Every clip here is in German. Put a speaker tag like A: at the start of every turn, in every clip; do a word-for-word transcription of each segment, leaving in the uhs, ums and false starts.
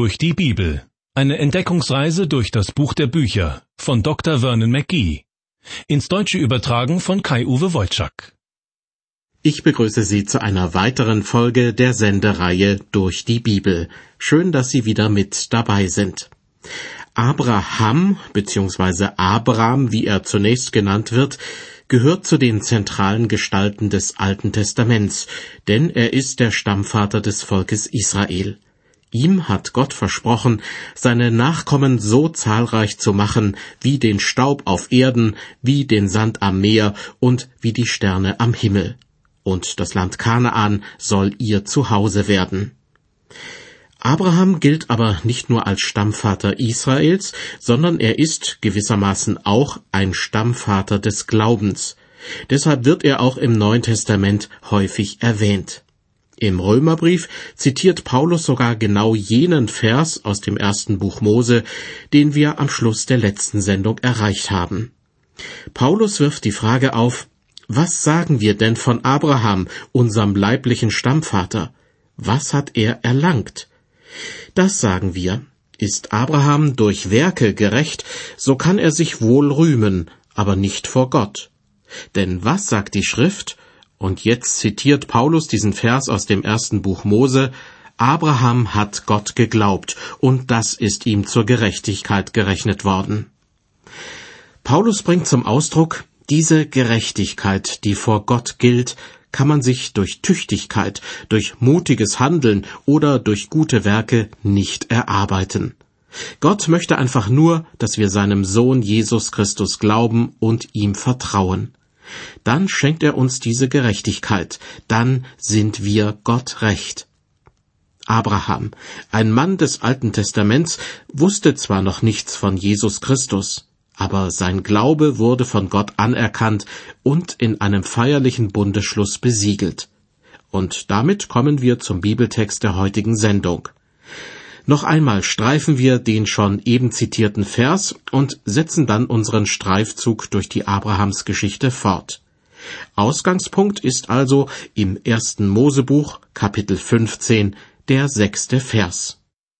A: durch die Bibel. Eine Entdeckungsreise durch das Buch der Bücher von Doktor Vernon McGee. Ins Deutsche übertragen von Kai-Uwe Wojczak.
B: Ich begrüße Sie zu einer weiteren Folge der Sendereihe Durch die Bibel. Schön, dass Sie wieder mit dabei sind. Abraham bzw. Abram, wie er zunächst genannt wird, gehört zu den zentralen Gestalten des Alten Testaments, denn er ist der Stammvater des Volkes Israel. Ihm hat Gott versprochen, seine Nachkommen so zahlreich zu machen, wie den Staub auf Erden, wie den Sand am Meer und wie die Sterne am Himmel. Und das Land Kanaan soll ihr Zuhause werden. Abraham gilt aber nicht nur als Stammvater Israels, sondern er ist gewissermaßen auch ein Stammvater des Glaubens. Deshalb wird er auch im Neuen Testament häufig erwähnt. Im Römerbrief zitiert Paulus sogar genau jenen Vers aus dem ersten Buch Mose, den wir am Schluss der letzten Sendung erreicht haben. Paulus wirft die Frage auf: Was sagen wir denn von Abraham, unserem leiblichen Stammvater? Was hat er erlangt? Das sagen wir: Ist Abraham durch Werke gerecht, so kann er sich wohl rühmen, aber nicht vor Gott. Denn was sagt die Schrift? Und jetzt zitiert Paulus diesen Vers aus dem ersten Buch Mose: Abraham hat Gott geglaubt, und das ist ihm zur Gerechtigkeit gerechnet worden. Paulus bringt zum Ausdruck, diese Gerechtigkeit, die vor Gott gilt, kann man sich durch Tüchtigkeit, durch mutiges Handeln oder durch gute Werke nicht erarbeiten. Gott möchte einfach nur, dass wir seinem Sohn Jesus Christus glauben und ihm vertrauen. Dann schenkt er uns diese Gerechtigkeit, dann sind wir Gott recht. Abraham, ein Mann des Alten Testaments, wusste zwar noch nichts von Jesus Christus, aber sein Glaube wurde von Gott anerkannt und in einem feierlichen Bundesschluss besiegelt. Und damit kommen wir zum Bibeltext der heutigen Sendung. Noch einmal streifen wir den schon eben zitierten Vers und setzen dann unseren Streifzug durch die Abrahamsgeschichte fort. Ausgangspunkt ist also im ersten Mosebuch, Kapitel fünfzehn, der sechste Vers.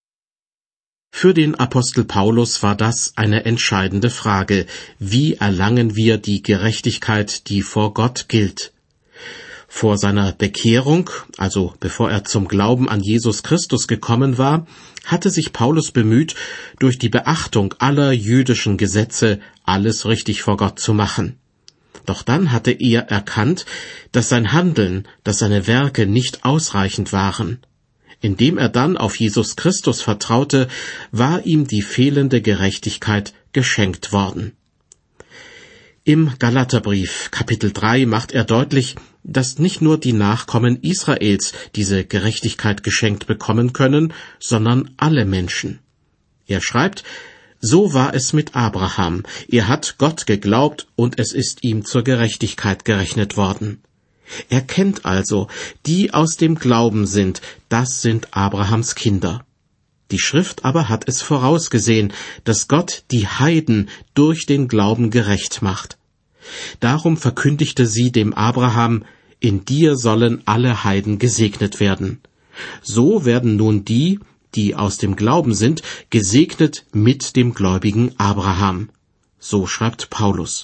B: Für den Apostel Paulus war das eine entscheidende Frage: Wie erlangen wir die Gerechtigkeit, die vor Gott gilt? Vor seiner Bekehrung, also bevor er zum Glauben an Jesus Christus gekommen war, hatte sich Paulus bemüht, durch die Beachtung aller jüdischen Gesetze alles richtig vor Gott zu machen. Doch dann hatte er erkannt, dass sein Handeln, dass seine Werke nicht ausreichend waren. Indem er dann auf Jesus Christus vertraute, war ihm die fehlende Gerechtigkeit geschenkt worden. Im Galaterbrief, Kapitel drei, macht er deutlich, dass nicht nur die Nachkommen Israels diese Gerechtigkeit geschenkt bekommen können, sondern alle Menschen. Er schreibt: So war es mit Abraham. Er hat Gott geglaubt, und es ist ihm zur Gerechtigkeit gerechnet worden. Er kennt also, die aus dem Glauben sind, das sind Abrahams Kinder. Die Schrift aber hat es vorausgesehen, dass Gott die Heiden durch den Glauben gerecht macht. Darum verkündigte sie dem Abraham: In dir sollen alle Heiden gesegnet werden. So werden nun die, die aus dem Glauben sind, gesegnet mit dem gläubigen Abraham. So schreibt Paulus.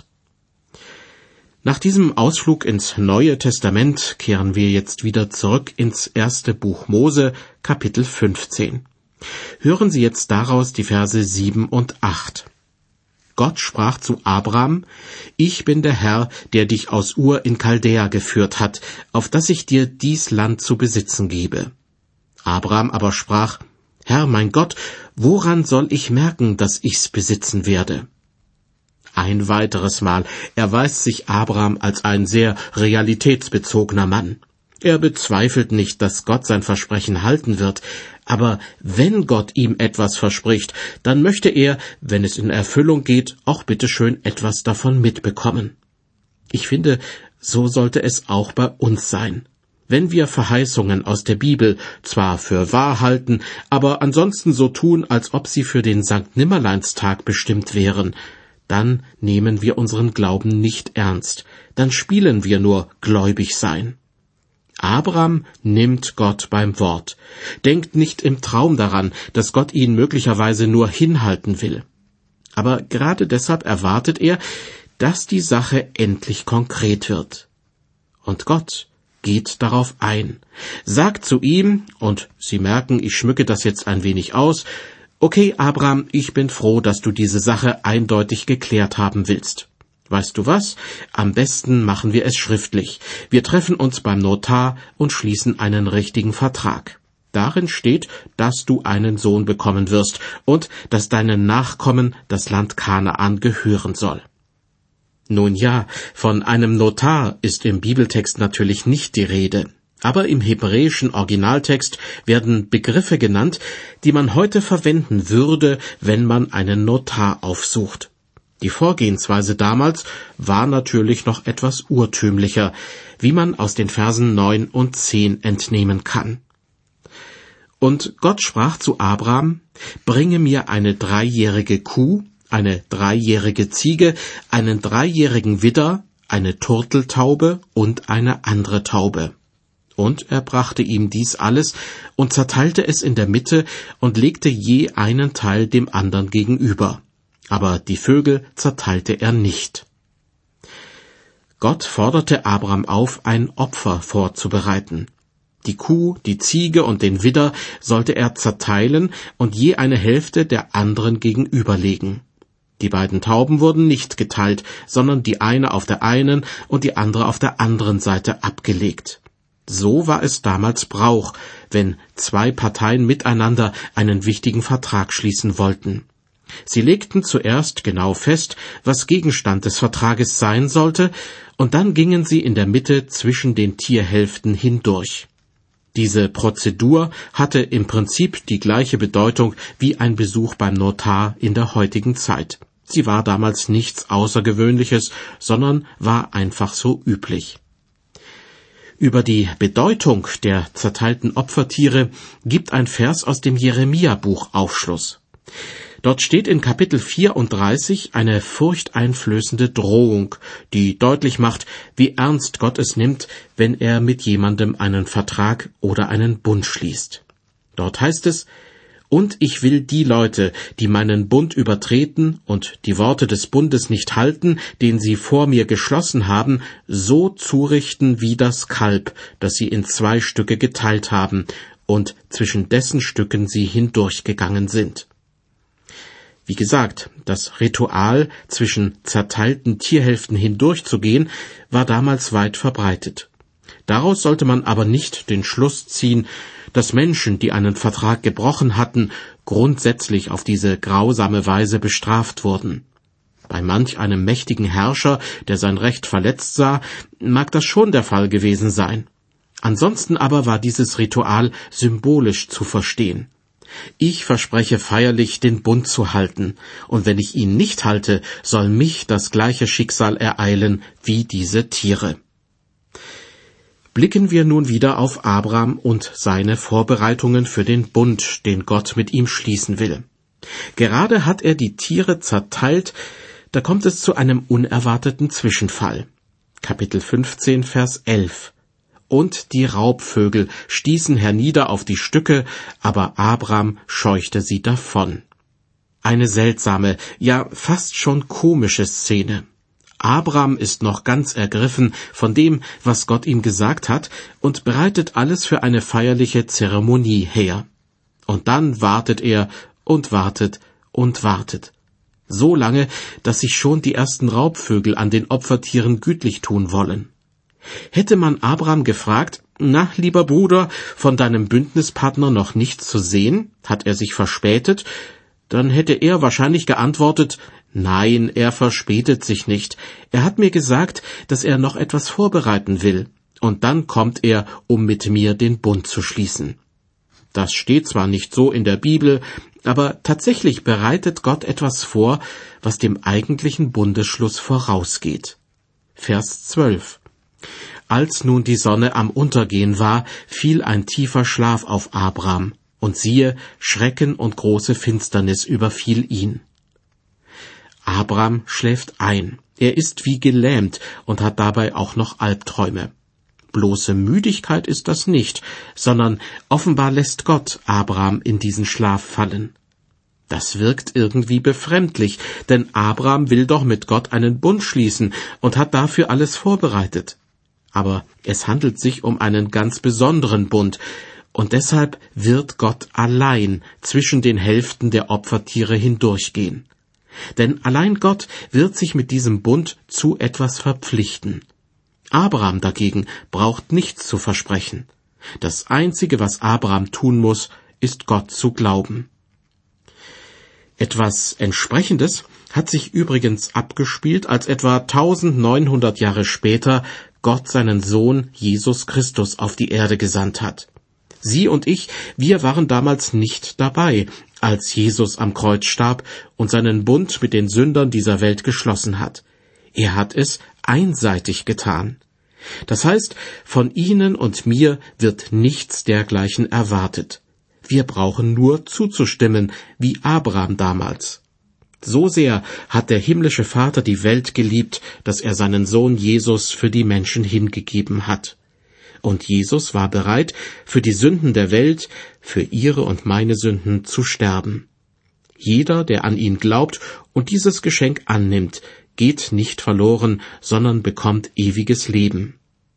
B: Nach diesem Ausflug ins Neue Testament kehren wir jetzt wieder zurück ins erste Buch Mose, Kapitel fünfzehn. Hören Sie jetzt daraus die Verse sieben und acht. Gott sprach zu Abram: Ich bin der Herr, der dich aus Ur in Chaldäa geführt hat, auf dass ich dir dies Land zu besitzen gebe. Abram aber sprach: Herr mein Gott, woran soll ich merken, dass ich's besitzen werde? Ein weiteres Mal erweist sich Abram als ein sehr realitätsbezogener Mann. Er bezweifelt nicht, dass Gott sein Versprechen halten wird, aber wenn Gott ihm etwas verspricht, dann möchte er, wenn es in Erfüllung geht, auch bitteschön etwas davon mitbekommen. Ich finde, so sollte es auch bei uns sein. Wenn wir Verheißungen aus der Bibel zwar für wahr halten, aber ansonsten so tun, als ob sie für den Sankt Nimmerleinstag bestimmt wären, dann nehmen wir unseren Glauben nicht ernst, dann spielen wir nur gläubig sein. Abraham nimmt Gott beim Wort, denkt nicht im Traum daran, dass Gott ihn möglicherweise nur hinhalten will. Aber gerade deshalb erwartet er, dass die Sache endlich konkret wird. Und Gott geht darauf ein, sagt zu ihm, und Sie merken, ich schmücke das jetzt ein wenig aus, okay, Abraham, ich bin froh, dass du diese Sache eindeutig geklärt haben willst. Weißt du was? Am besten machen wir es schriftlich. Wir treffen uns beim Notar und schließen einen richtigen Vertrag. Darin steht, dass du einen Sohn bekommen wirst und dass deinen Nachkommen das Land Kanaan gehören soll. Nun ja, von einem Notar ist im Bibeltext natürlich nicht die Rede. Aber im hebräischen Originaltext werden Begriffe genannt, die man heute verwenden würde, wenn man einen Notar aufsucht. Die Vorgehensweise damals war natürlich noch etwas urtümlicher, wie man aus den Versen neun und zehn entnehmen kann. Und Gott sprach zu Abraham, bringe mir eine dreijährige Kuh, eine dreijährige Ziege, einen dreijährigen Widder, eine Turteltaube und eine andere Taube. Und er brachte ihm dies alles und zerteilte es in der Mitte und legte je einen Teil dem andern gegenüber. Aber die Vögel zerteilte er nicht. Gott forderte Abraham auf, ein Opfer vorzubereiten. Die Kuh, die Ziege und den Widder sollte er zerteilen und je eine Hälfte der anderen gegenüberlegen. Die beiden Tauben wurden nicht geteilt, sondern die eine auf der einen und die andere auf der anderen Seite abgelegt. So war es damals Brauch, wenn zwei Parteien miteinander einen wichtigen Vertrag schließen wollten. Sie legten zuerst genau fest, was Gegenstand des Vertrages sein sollte, und dann gingen sie in der Mitte zwischen den Tierhälften hindurch. Diese Prozedur hatte im Prinzip die gleiche Bedeutung wie ein Besuch beim Notar in der heutigen Zeit. Sie war damals nichts Außergewöhnliches, sondern war einfach so üblich. Über die Bedeutung der zerteilten Opfertiere gibt ein Vers aus dem Jeremia-Buch Aufschluss. Dort steht in Kapitel vierunddreißig eine furchteinflößende Drohung, die deutlich macht, wie ernst Gott es nimmt, wenn er mit jemandem einen Vertrag oder einen Bund schließt. Dort heißt es, und ich will die Leute, die meinen Bund übertreten und die Worte des Bundes nicht halten, den sie vor mir geschlossen haben, so zurichten wie das Kalb, das sie in zwei Stücke geteilt haben und zwischen dessen Stücken sie hindurchgegangen sind. Wie gesagt, das Ritual, zwischen zerteilten Tierhälften hindurchzugehen, war damals weit verbreitet. Daraus sollte man aber nicht den Schluss ziehen, dass Menschen, die einen Vertrag gebrochen hatten, grundsätzlich auf diese grausame Weise bestraft wurden. Bei manch einem mächtigen Herrscher, der sein Recht verletzt sah, mag das schon der Fall gewesen sein. Ansonsten aber war dieses Ritual symbolisch zu verstehen. Ich verspreche feierlich, den Bund zu halten, und wenn ich ihn nicht halte, soll mich das gleiche Schicksal ereilen wie diese Tiere. Blicken wir nun wieder auf Abraham und seine Vorbereitungen für den Bund, den Gott mit ihm schließen will. Gerade hat er die Tiere zerteilt, da kommt es zu einem unerwarteten Zwischenfall. Kapitel fünfzehn, Vers elf. Und die Raubvögel stießen hernieder auf die Stücke, aber Abraham scheuchte sie davon. Eine seltsame, ja fast schon komische Szene. Abraham ist noch ganz ergriffen von dem, was Gott ihm gesagt hat, und bereitet alles für eine feierliche Zeremonie her. Und dann wartet er und wartet und wartet. So lange, dass sich schon die ersten Raubvögel an den Opfertieren gütlich tun wollen. Hätte man Abraham gefragt, na, lieber Bruder, von deinem Bündnispartner noch nichts zu sehen? Hat er sich verspätet? Dann hätte er wahrscheinlich geantwortet, nein, er verspätet sich nicht. Er hat mir gesagt, dass er noch etwas vorbereiten will. Und dann kommt er, um mit mir den Bund zu schließen. Das steht zwar nicht so in der Bibel, aber tatsächlich bereitet Gott etwas vor, was dem eigentlichen Bundesschluss vorausgeht. Vers zwölf. Als nun die Sonne am Untergehen war, fiel ein tiefer Schlaf auf Abraham, und siehe, Schrecken und große Finsternis überfiel ihn. Abraham schläft ein. Er ist wie gelähmt und hat dabei auch noch Albträume. Bloße Müdigkeit ist das nicht, sondern offenbar lässt Gott Abraham in diesen Schlaf fallen. Das wirkt irgendwie befremdlich, denn Abraham will doch mit Gott einen Bund schließen und hat dafür alles vorbereitet. Aber es handelt sich um einen ganz besonderen Bund, und deshalb wird Gott allein zwischen den Hälften der Opfertiere hindurchgehen. Denn allein Gott wird sich mit diesem Bund zu etwas verpflichten. Abraham dagegen braucht nichts zu versprechen. Das Einzige, was Abraham tun muss, ist Gott zu glauben. Etwas Entsprechendes hat sich übrigens abgespielt, als etwa neunzehnhundert Jahre später Gott seinen Sohn Jesus Christus auf die Erde gesandt hat. Sie und ich, wir waren damals nicht dabei, als Jesus am Kreuz starb und seinen Bund mit den Sündern dieser Welt geschlossen hat. Er hat es einseitig getan. Das heißt, von Ihnen und mir wird nichts dergleichen erwartet. Wir brauchen nur zuzustimmen, wie Abraham damals. So sehr hat der himmlische Vater die Welt geliebt, dass er seinen Sohn Jesus für die Menschen hingegeben hat. Und Jesus war bereit, für die Sünden der Welt, für ihre und meine Sünden zu sterben. Jeder, der an ihn glaubt und dieses Geschenk annimmt, geht nicht verloren, sondern bekommt ewiges Leben.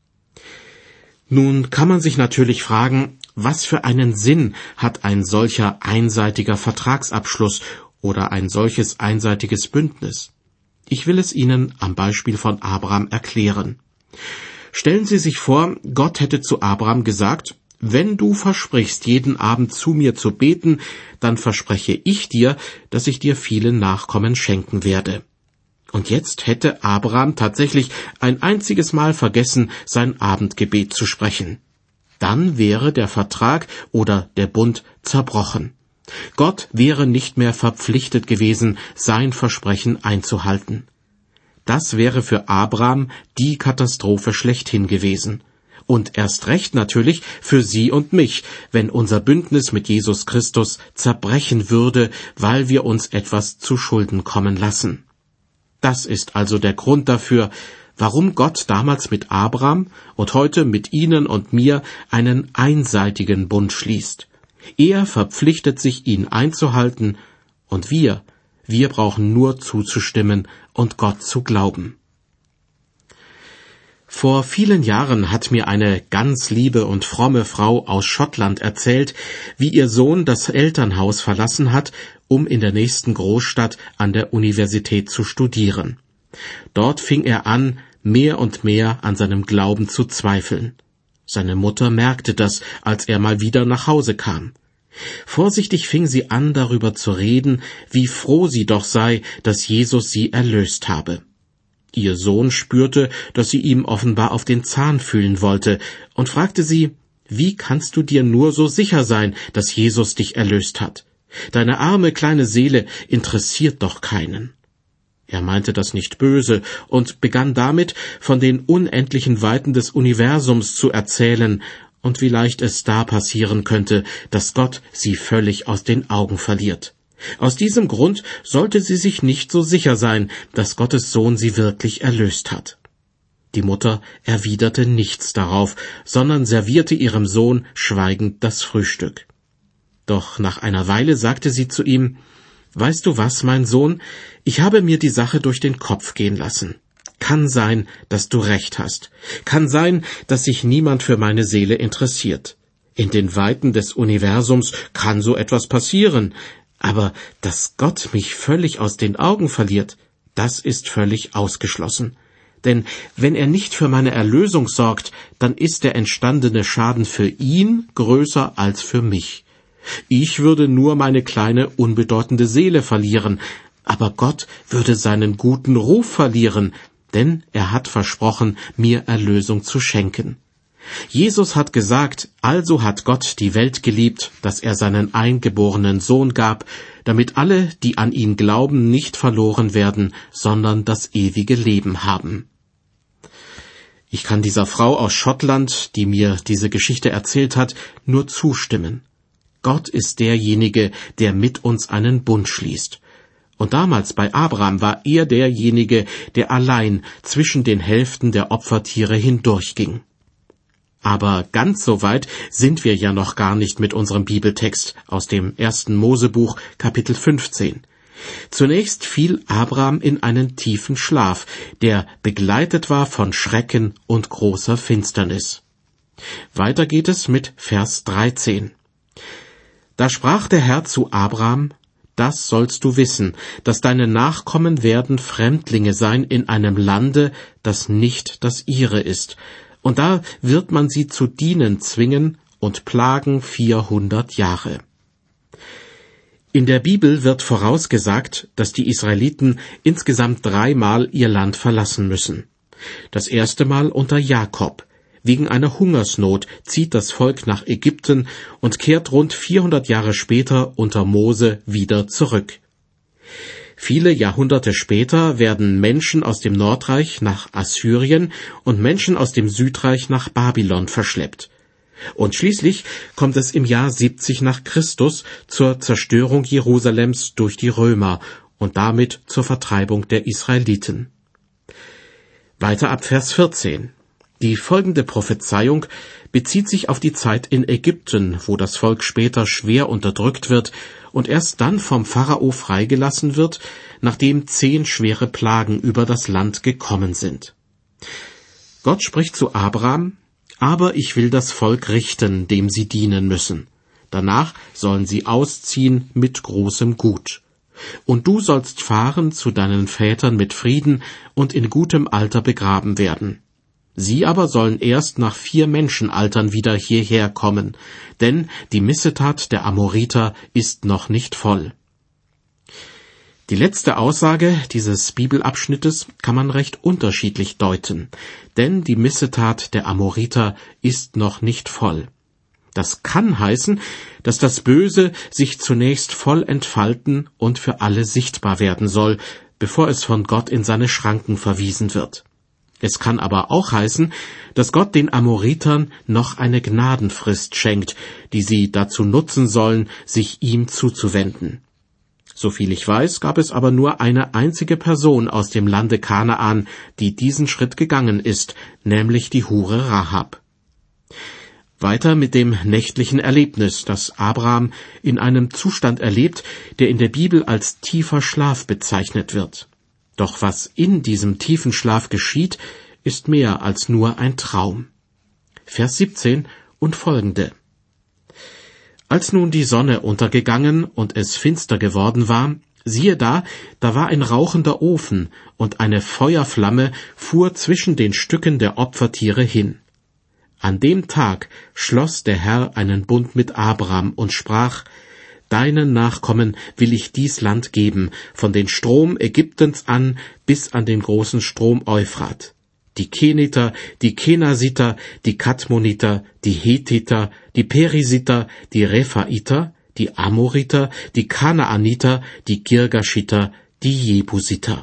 B: Nun kann man sich natürlich fragen, was für einen Sinn hat ein solcher einseitiger Vertragsabschluss oder ein solches einseitiges Bündnis? Ich will es Ihnen am Beispiel von Abraham erklären. Stellen Sie sich vor, Gott hätte zu Abraham gesagt, wenn du versprichst, jeden Abend zu mir zu beten, dann verspreche ich dir, dass ich dir viele Nachkommen schenken werde. Und jetzt hätte Abraham tatsächlich ein einziges Mal vergessen, sein Abendgebet zu sprechen. Dann wäre der Vertrag oder der Bund zerbrochen. Gott wäre nicht mehr verpflichtet gewesen, sein Versprechen einzuhalten. Das wäre für Abraham die Katastrophe schlechthin gewesen. Und erst recht natürlich für Sie und mich, wenn unser Bündnis mit Jesus Christus zerbrechen würde, weil wir uns etwas zu Schulden kommen lassen. Das ist also der Grund dafür, warum Gott damals mit Abraham und heute mit Ihnen und mir einen einseitigen Bund schließt. Er verpflichtet sich, ihn einzuhalten, und wir, wir brauchen nur zuzustimmen und Gott zu glauben. Vor vielen Jahren hat mir eine ganz liebe und fromme Frau aus Schottland erzählt, wie ihr Sohn das Elternhaus verlassen hat, um in der nächsten Großstadt an der Universität zu studieren. Dort fing er an, mehr und mehr an seinem Glauben zu zweifeln. Seine Mutter merkte das, als er mal wieder nach Hause kam. Vorsichtig fing sie an, darüber zu reden, wie froh sie doch sei, dass Jesus sie erlöst habe. Ihr Sohn spürte, dass sie ihm offenbar auf den Zahn fühlen wollte, und fragte sie, wie kannst du dir nur so sicher sein, dass Jesus dich erlöst hat? Deine arme kleine Seele interessiert doch keinen. Er meinte das nicht böse und begann damit, von den unendlichen Weiten des Universums zu erzählen und wie leicht es da passieren könnte, dass Gott sie völlig aus den Augen verliert. Aus diesem Grund sollte sie sich nicht so sicher sein, dass Gottes Sohn sie wirklich erlöst hat. Die Mutter erwiderte nichts darauf, sondern servierte ihrem Sohn schweigend das Frühstück. Doch nach einer Weile sagte sie zu ihm, »Weißt du was, mein Sohn, ich habe mir die Sache durch den Kopf gehen lassen. Kann sein, dass du recht hast. Kann sein, dass sich niemand für meine Seele interessiert. In den Weiten des Universums kann so etwas passieren, aber dass Gott mich völlig aus den Augen verliert, das ist völlig ausgeschlossen. Denn wenn er nicht für meine Erlösung sorgt, dann ist der entstandene Schaden für ihn größer als für mich. Ich würde nur meine kleine, unbedeutende Seele verlieren, aber Gott würde seinen guten Ruf verlieren, denn er hat versprochen, mir Erlösung zu schenken. Jesus hat gesagt, also hat Gott die Welt geliebt, dass er seinen eingeborenen Sohn gab, damit alle, die an ihn glauben, nicht verloren werden, sondern das ewige Leben haben. Ich kann dieser Frau aus Schottland, die mir diese Geschichte erzählt hat, nur zustimmen. Gott ist derjenige, der mit uns einen Bund schließt. Und damals bei Abraham war er derjenige, der allein zwischen den Hälften der Opfertiere hindurchging. Aber ganz so weit sind wir ja noch gar nicht mit unserem Bibeltext aus dem ersten Mosebuch, Kapitel fünfzehn. Zunächst fiel Abraham in einen tiefen Schlaf, der begleitet war von Schrecken und großer Finsternis. Weiter geht es mit Vers dreizehn. Da sprach der Herr zu Abraham: Das sollst du wissen, dass deine Nachkommen werden Fremdlinge sein in einem Lande, das nicht das ihre ist, und da wird man sie zu dienen zwingen und plagen vierhundert Jahre. In der Bibel wird vorausgesagt, dass die Israeliten insgesamt dreimal ihr Land verlassen müssen. Das erste Mal unter Jakob. Wegen einer Hungersnot zieht das Volk nach Ägypten und kehrt rund vierhundert Jahre später unter Mose wieder zurück. Viele Jahrhunderte später werden Menschen aus dem Nordreich nach Assyrien und Menschen aus dem Südreich nach Babylon verschleppt. Und schließlich kommt es im Jahr siebzig nach Christus zur Zerstörung Jerusalems durch die Römer und damit zur Vertreibung der Israeliten. Weiter ab Vers vierzehn. Die folgende Prophezeiung bezieht sich auf die Zeit in Ägypten, wo das Volk später schwer unterdrückt wird und erst dann vom Pharao freigelassen wird, nachdem zehn schwere Plagen über das Land gekommen sind. Gott spricht zu Abraham: Aber ich will das Volk richten, dem sie dienen müssen. Danach sollen sie ausziehen mit großem Gut. Und du sollst fahren zu deinen Vätern mit Frieden und in gutem Alter begraben werden. Sie aber sollen erst nach vier Menschenaltern wieder hierher kommen, denn die Missetat der Amoriter ist noch nicht voll. Die letzte Aussage dieses Bibelabschnittes kann man recht unterschiedlich deuten, denn die Missetat der Amoriter ist noch nicht voll. Das kann heißen, dass das Böse sich zunächst voll entfalten und für alle sichtbar werden soll, bevor es von Gott in seine Schranken verwiesen wird. Es kann aber auch heißen, dass Gott den Amoritern noch eine Gnadenfrist schenkt, die sie dazu nutzen sollen, sich ihm zuzuwenden. Soviel ich weiß, gab es aber nur eine einzige Person aus dem Lande Kanaan, die diesen Schritt gegangen ist, nämlich die Hure Rahab. Weiter mit dem nächtlichen Erlebnis, das Abraham in einem Zustand erlebt, der in der Bibel als tiefer Schlaf bezeichnet wird. Doch was in diesem tiefen Schlaf geschieht, ist mehr als nur ein Traum. Vers siebzehn und folgende. Als nun die Sonne untergegangen und es finster geworden war, siehe da, da war ein rauchender Ofen, und eine Feuerflamme fuhr zwischen den Stücken der Opfertiere hin. An dem Tag schloss der Herr einen Bund mit Abraham und sprach: Deinen Nachkommen will ich dies Land geben, von den Strom Ägyptens an bis an den großen Strom Euphrat. Die Keniter, die Kenasiter, die Kadmoniter, die Hethiter, die Perisiter, die Rephaiter, die Amoriter, die Kanaaniter, die Girgashiter, die Jebusiter.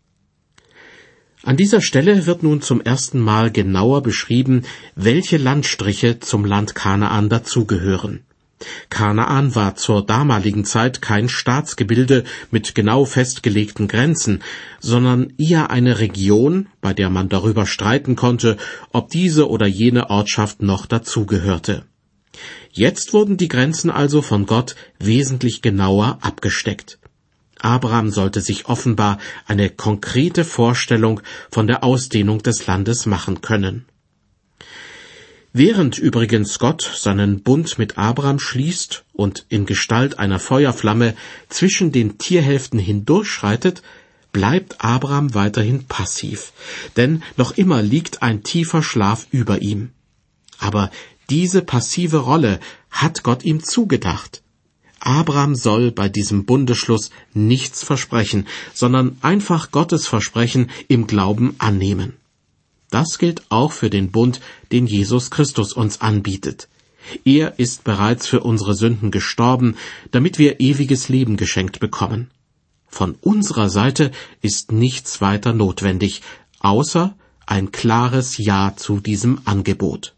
B: An dieser Stelle wird nun zum ersten Mal genauer beschrieben, welche Landstriche zum Land Kanaan dazugehören. Kanaan war zur damaligen Zeit kein Staatsgebilde mit genau festgelegten Grenzen, sondern eher eine Region, bei der man darüber streiten konnte, ob diese oder jene Ortschaft noch dazugehörte. Jetzt wurden die Grenzen also von Gott wesentlich genauer abgesteckt. Abraham sollte sich offenbar eine konkrete Vorstellung von der Ausdehnung des Landes machen können. Während übrigens Gott seinen Bund mit Abraham schließt und in Gestalt einer Feuerflamme zwischen den Tierhälften hindurchschreitet, bleibt Abraham weiterhin passiv, denn noch immer liegt ein tiefer Schlaf über ihm. Aber diese passive Rolle hat Gott ihm zugedacht. Abraham soll bei diesem Bundesschluss nichts versprechen, sondern einfach Gottes Versprechen im Glauben annehmen. Das gilt auch für den Bund, den Jesus Christus uns anbietet. Er ist bereits für unsere Sünden gestorben, damit wir ewiges Leben geschenkt bekommen. Von unserer Seite ist nichts weiter notwendig, außer ein klares Ja zu diesem Angebot.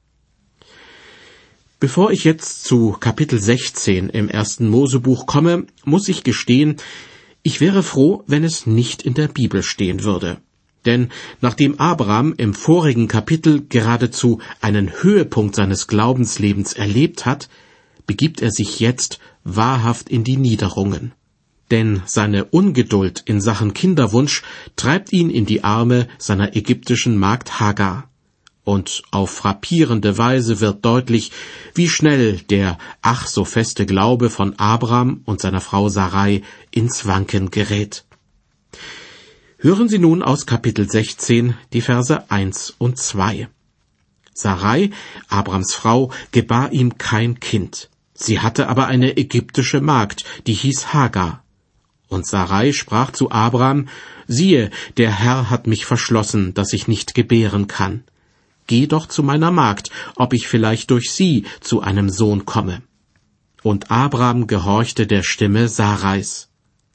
B: Bevor ich jetzt zu Kapitel sechzehn im ersten Mosebuch komme, muss ich gestehen, ich wäre froh, wenn es nicht in der Bibel stehen würde. Denn nachdem Abraham im vorigen Kapitel geradezu einen Höhepunkt seines Glaubenslebens erlebt hat, begibt er sich jetzt wahrhaft in die Niederungen. Denn seine Ungeduld in Sachen Kinderwunsch treibt ihn in die Arme seiner ägyptischen Magd Hagar. Und auf frappierende Weise wird deutlich, wie schnell der ach so feste Glaube von Abraham und seiner Frau Sarai ins Wanken gerät. Hören Sie nun aus Kapitel sechzehn die Verse eins und zwei. Sarai, Abrams Frau, gebar ihm kein Kind. Sie hatte aber eine ägyptische Magd, die hieß Hagar. Und Sarai sprach zu Abram: Siehe, der Herr hat mich verschlossen, dass ich nicht gebären kann. Geh doch zu meiner Magd, ob ich vielleicht durch sie zu einem Sohn komme. Und Abram gehorchte der Stimme Sarais.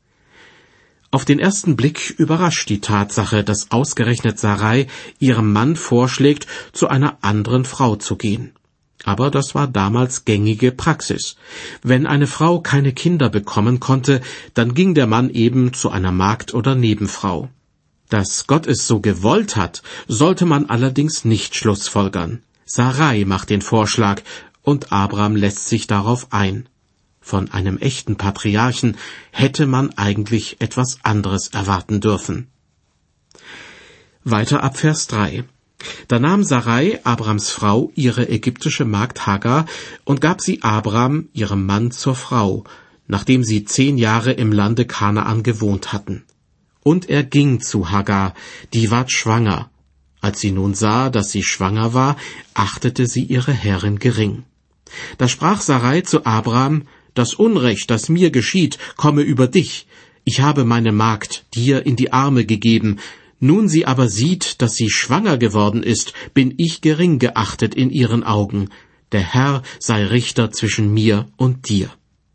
B: Auf den ersten Blick überrascht die Tatsache, dass ausgerechnet Sarai ihrem Mann vorschlägt, zu einer anderen Frau zu gehen. Aber das war damals gängige Praxis. Wenn eine Frau keine Kinder bekommen konnte, dann ging der Mann eben zu einer Magd oder Nebenfrau. Dass Gott es so gewollt hat, sollte man allerdings nicht schlussfolgern. Sarai macht den Vorschlag, und Abram lässt sich darauf ein. Von einem echten Patriarchen hätte man eigentlich etwas anderes erwarten dürfen. Weiter ab Vers drei. Da nahm Sarai, Abrams Frau, ihre ägyptische Magd Hagar und gab sie Abram, ihrem Mann, zur Frau, nachdem sie zehn Jahre im Lande Kanaan gewohnt hatten. Und er ging zu Hagar, die ward schwanger. Als sie nun sah, dass sie schwanger war, achtete sie ihre Herrin gering. Da sprach Sarai zu Abram: Das Unrecht, das mir geschieht, komme über dich. Ich habe meine Magd dir in die Arme gegeben. Nun sie aber sieht, dass sie schwanger geworden ist, bin ich gering geachtet in ihren Augen. Der Herr sei Richter zwischen mir und dir.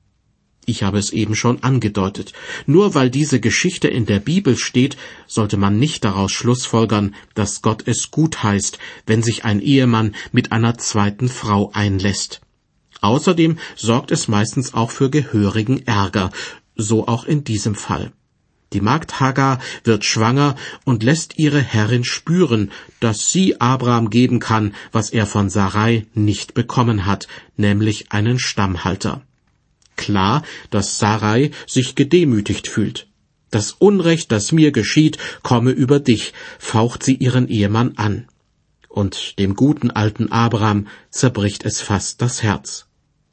B: Ich habe es eben schon angedeutet. Nur weil diese Geschichte in der Bibel steht, sollte man nicht daraus schlussfolgern, dass Gott es gut heißt, wenn sich ein Ehemann mit einer zweiten Frau einlässt. Außerdem sorgt es meistens auch für gehörigen Ärger, so auch in diesem Fall. Die Magd Hagar wird schwanger und lässt ihre Herrin spüren, dass sie Abraham geben kann, was er von Sarai nicht bekommen hat, nämlich einen Stammhalter. Klar, dass Sarai sich gedemütigt fühlt. Das Unrecht, das mir geschieht, komme über dich, faucht sie ihren Ehemann an. Und dem guten alten Abraham zerbricht es fast das Herz.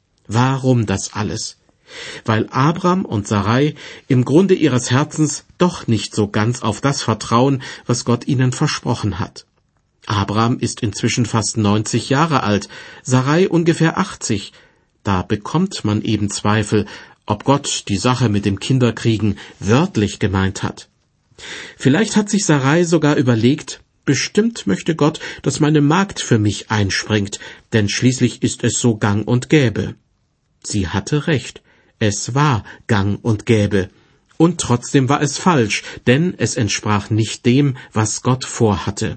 B: Warum das alles? Weil Abram und Sarai im Grunde ihres Herzens doch nicht so ganz auf das vertrauen, was Gott ihnen versprochen hat. Abram ist inzwischen fast neunzig Jahre alt, Sarai ungefähr achtzig. Da bekommt man eben Zweifel, ob Gott die Sache mit dem Kinderkriegen wörtlich gemeint hat. Vielleicht hat sich Sarai sogar überlegt: Bestimmt möchte Gott, dass meine Magd für mich einspringt, denn schließlich ist es so gang und gäbe. Sie hatte recht. Es war gang und gäbe. Und trotzdem war es falsch, denn es entsprach nicht dem, was Gott vorhatte.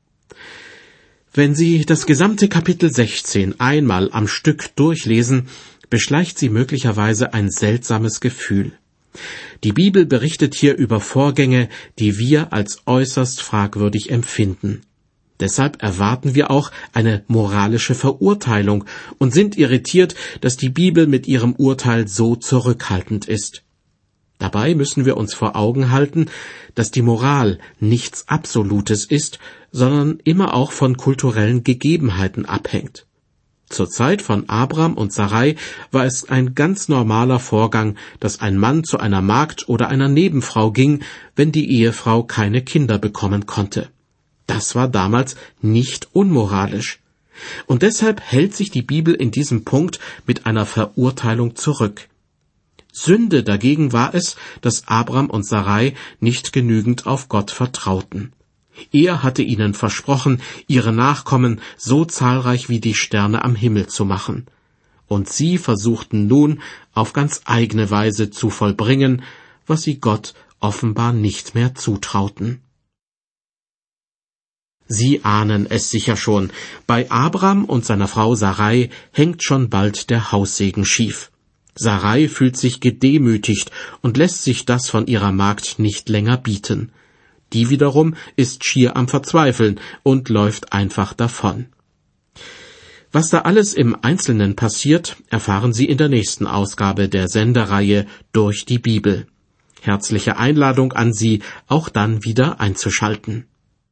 B: Wenn Sie das gesamte Kapitel sechzehn einmal am Stück durchlesen, beschleicht Sie möglicherweise ein seltsames Gefühl. Die Bibel berichtet hier über Vorgänge, die wir als äußerst fragwürdig empfinden. Deshalb erwarten wir auch eine moralische Verurteilung und sind irritiert, dass die Bibel mit ihrem Urteil so zurückhaltend ist. Dabei müssen wir uns vor Augen halten, dass die Moral nichts Absolutes ist, sondern immer auch von kulturellen Gegebenheiten abhängt. Zur Zeit von Abram und Sarai war es ein ganz normaler Vorgang, dass ein Mann zu einer Magd oder einer Nebenfrau ging, wenn die Ehefrau keine Kinder bekommen konnte. Das war damals nicht unmoralisch. Und deshalb hält sich die Bibel in diesem Punkt mit einer Verurteilung zurück. Sünde dagegen war es, dass Abram und Sarai nicht genügend auf Gott vertrauten. Er hatte ihnen versprochen, ihre Nachkommen so zahlreich wie die Sterne am Himmel zu machen. Und sie versuchten nun, auf ganz eigene Weise zu vollbringen, was sie Gott offenbar nicht mehr zutrauten. Sie ahnen es sicher schon, bei Abram und seiner Frau Sarai hängt schon bald der Haussegen schief. Sarai fühlt sich gedemütigt und lässt sich das von ihrer Magd nicht länger bieten. Die wiederum ist schier am Verzweifeln und läuft einfach davon. Was da alles im Einzelnen passiert, erfahren Sie in der nächsten Ausgabe der Sendereihe Durch die Bibel. Herzliche Einladung an Sie, auch dann wieder einzuschalten.